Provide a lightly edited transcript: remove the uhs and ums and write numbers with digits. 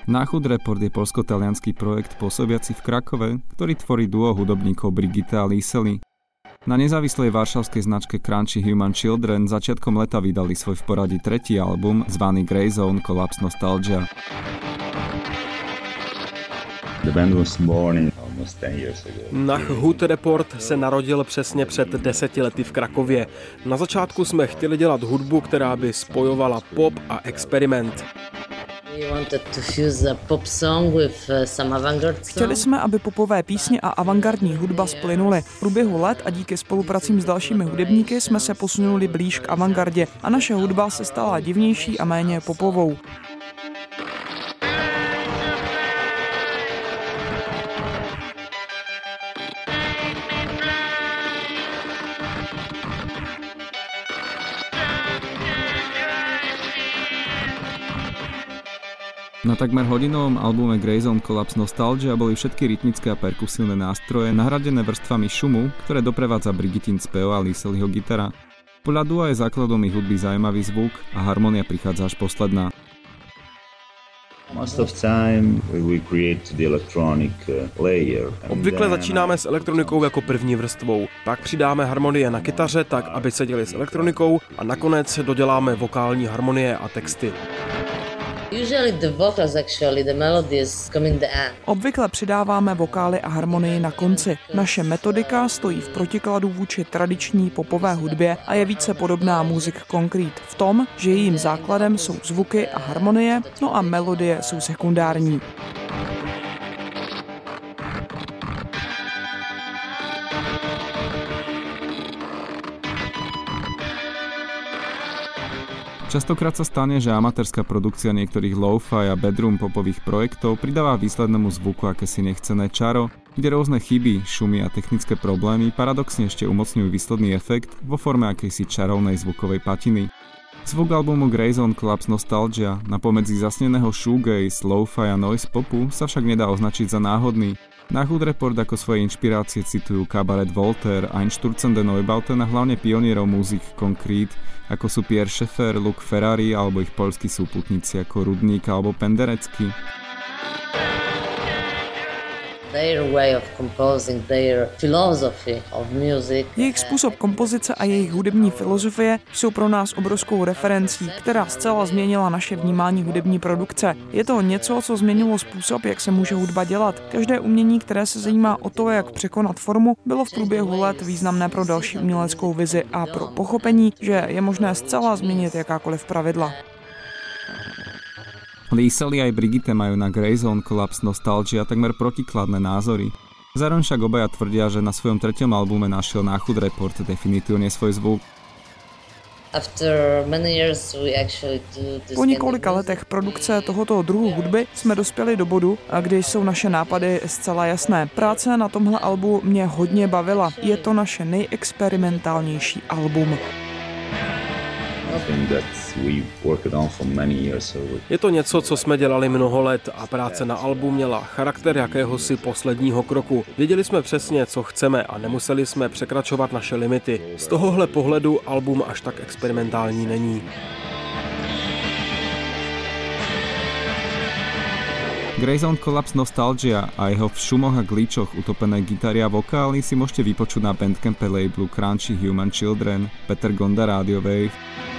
Náchod Report je poľsko-taliansky projekt pôsobiaci v Krakove, ktorý tvorí duo hudobníkov Brigitte a Lisely. Na nezávislej varšavskej značke Crunchy Human Children začiatkom leta vydali svoj v poradí tretí album zvaný Grey Zone Collapse Nostalgia. Náchod Report se narodil přesně před 10 lety v Krakově. Na začátku jsme chtěli dělat hudbu, která by spojovala pop a experiment. Chtěli jsme, aby popové písně a avantgardní hudba splynuly. V průběhu let a díky spolupracím s dalšími hudebníky jsme se posunuli blíž k avantgardě a naše hudba se stala divnější a méně popovou. Na takmer hodinovom albume Grey Zone Collapse Nostalgia boli všetky rytmické a perkusívne nástroje nahradené vrstvami šumu, ktoré doprevádza Brigittin spev a Liselyho gitara. Podľa dua je základom ich hudby zaujímavý zvuk a harmónia prichádza až posledná. Obvykle začínáme s elektronikou jako první vrstvou, pak přidáme harmonie na kytaře tak, aby seděly s elektronikou a nakonec doděláme vokální harmonie a texty. Obvykle přidáváme vokály a harmonii na konci. Naše metodika stojí v protikladu vůči tradiční popové hudbě a je více podobná Music Concrete v tom, že jejím základem jsou zvuky a harmonie, no a melodie jsou sekundární. Častokrát sa stane, že amatérska produkcia niektorých lo-fi a bedroom popových projektov pridáva výslednému zvuku akési nechcené čaro, kde rôzne chyby, šumy a technické problémy paradoxne ešte umocňujú výsledný efekt vo forme akejsi čarovnej zvukovej patiny. Zvuk albumu Grey Zone Collapse Nostalgia napomedzi zasneného shoegaze, lo-fi a noise popu sa však nedá označiť za náhodný. Náchod Report ako svoje inšpirácie citujú Cabaret Voltaire, Einstürzende Neubauten a hlavne pionierov Music Concrete, ako sú Pierre Schaeffer, Luc Ferrari alebo ich poľskí súputníci ako Rudník alebo Penderecký. Jejich způsob kompozice a jejich hudební filozofie jsou pro nás obrovskou referencí, která zcela změnila naše vnímání hudební produkce. Je to něco, co změnilo způsob, jak se může hudba dělat. Každé umění, které se zajímá o to, jak překonat formu, bylo v průběhu let významné pro další uměleckou vizi a pro pochopení, že je možné zcela změnit jakákoliv pravidla. Lisely aj Brigitte majú na Grey Zone Collapse Nostalgia takmer protikladné názory. Zároveň však obaja tvrdia, že na svojom treťom albume našiel Náchod Report definitívne svoj zvuk. Po několika letech produkce tohoto druhu hudby jsme dospěli do bodu, kdy jsou naše nápady zcela jasné. Práce na tomhle albu mě hodně bavila. Je to naše nejexperimentálnější album. Je to něco, co jsme dělali mnoho let a práce na albu měla charakter jakéhosi posledního kroku. Věděli jsme přesně, co chceme a nemuseli jsme překračovat naše limity. Z tohohle pohledu album až tak experimentální není. Grey Zone Collapse Nostalgia a jeho v šumoch a glitchoch utopené gitary a vokály si môžete vypočuť na bandcampe labelu Crunchy Human Children, Peter Gonda, Radio Wave.